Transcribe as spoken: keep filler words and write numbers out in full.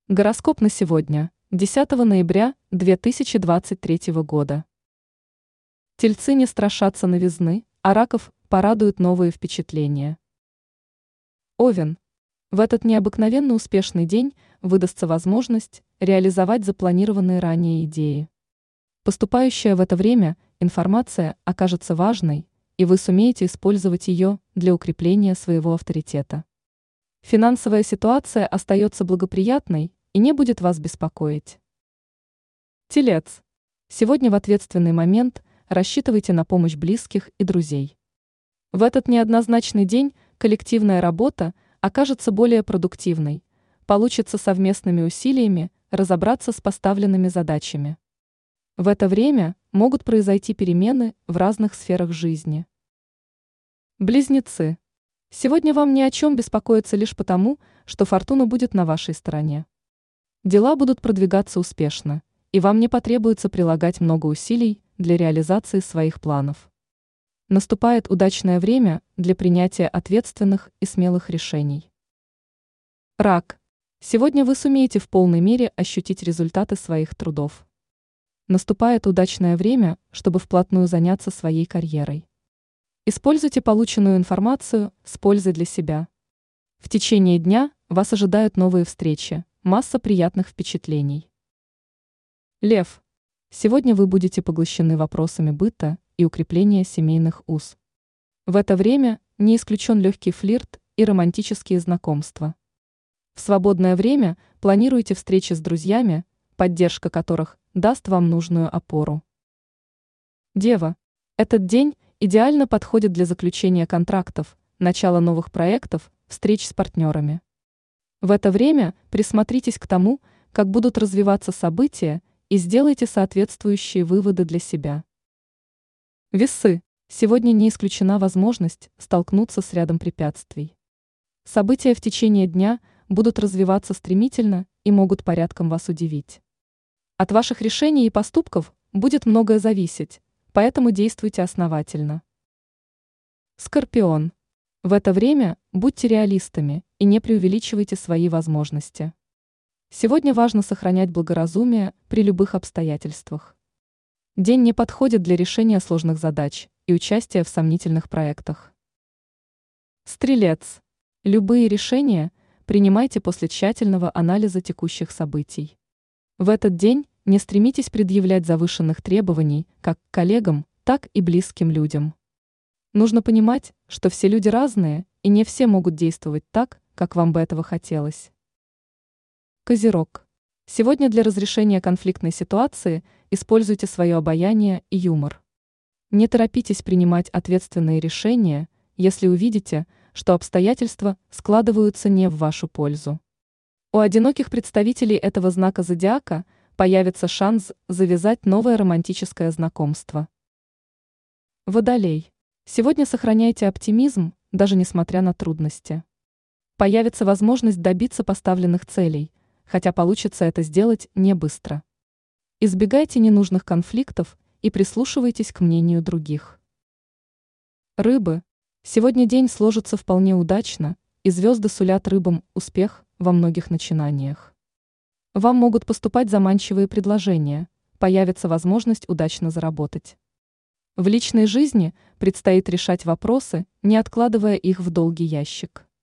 Гороскоп на сегодня, десятого ноября две тысячи двадцать третьего года. Тельцы не страшатся новизны, а раков порадуют новые впечатления. Овен. В этот необыкновенно успешный день выдастся возможность реализовать запланированные ранее идеи. Поступающая в это время информация окажется важной, и вы сумеете использовать ее для укрепления своего авторитета. Финансовая ситуация остается благоприятной и не будет вас беспокоить. Телец. Сегодня в ответственный момент рассчитывайте на помощь близких и друзей. В этот неоднозначный день коллективная работа окажется более продуктивной, получится совместными усилиями разобраться с поставленными задачами. В это время могут произойти перемены в разных сферах жизни. Близнецы. Сегодня вам ни о чем беспокоиться лишь потому, что фортуна будет на вашей стороне. Дела будут продвигаться успешно, и вам не потребуется прилагать много усилий для реализации своих планов. Наступает удачное время для принятия ответственных и смелых решений. Рак. Сегодня вы сумеете в полной мере ощутить результаты своих трудов. Наступает удачное время, чтобы вплотную заняться своей карьерой. Используйте полученную информацию с пользой для себя. В течение дня вас ожидают новые встречи, масса приятных впечатлений. Лев. Сегодня вы будете поглощены вопросами быта и укрепления семейных уз. В это время не исключен легкий флирт и романтические знакомства. В свободное время планируйте встречи с друзьями, поддержка которых даст вам нужную опору. Дева. Этот день идеально подходит для заключения контрактов, начала новых проектов, встреч с партнерами. В это время присмотритесь к тому, как будут развиваться события, и сделайте соответствующие выводы для себя. Весы. Сегодня не исключена возможность столкнуться с рядом препятствий. События в течение дня будут развиваться стремительно и могут порядком вас удивить. От ваших решений и поступков будет многое зависеть, поэтому действуйте основательно. Скорпион. В это время будьте реалистами и не преувеличивайте свои возможности. Сегодня важно сохранять благоразумие при любых обстоятельствах. День не подходит для решения сложных задач и участия в сомнительных проектах. Стрелец. Любые решения принимайте после тщательного анализа текущих событий. В этот день не стремитесь предъявлять завышенных требований как к коллегам, так и близким людям. Нужно понимать, что все люди разные, и не все могут действовать так, как вам бы этого хотелось. Козерог. Сегодня для разрешения конфликтной ситуации используйте свое обаяние и юмор. Не торопитесь принимать ответственные решения, если увидите, что обстоятельства складываются не в вашу пользу. У одиноких представителей этого знака зодиака появится шанс завязать новое романтическое знакомство. Водолей. Сегодня сохраняйте оптимизм, даже несмотря на трудности. Появится возможность добиться поставленных целей, хотя получится это сделать не быстро. Избегайте ненужных конфликтов и прислушивайтесь к мнению других. Рыбы. Сегодня день сложится вполне удачно, и звезды сулят рыбам успех во многих начинаниях. Вам могут поступать заманчивые предложения, появится возможность удачно заработать. В личной жизни предстоит решать вопросы, не откладывая их в долгий ящик.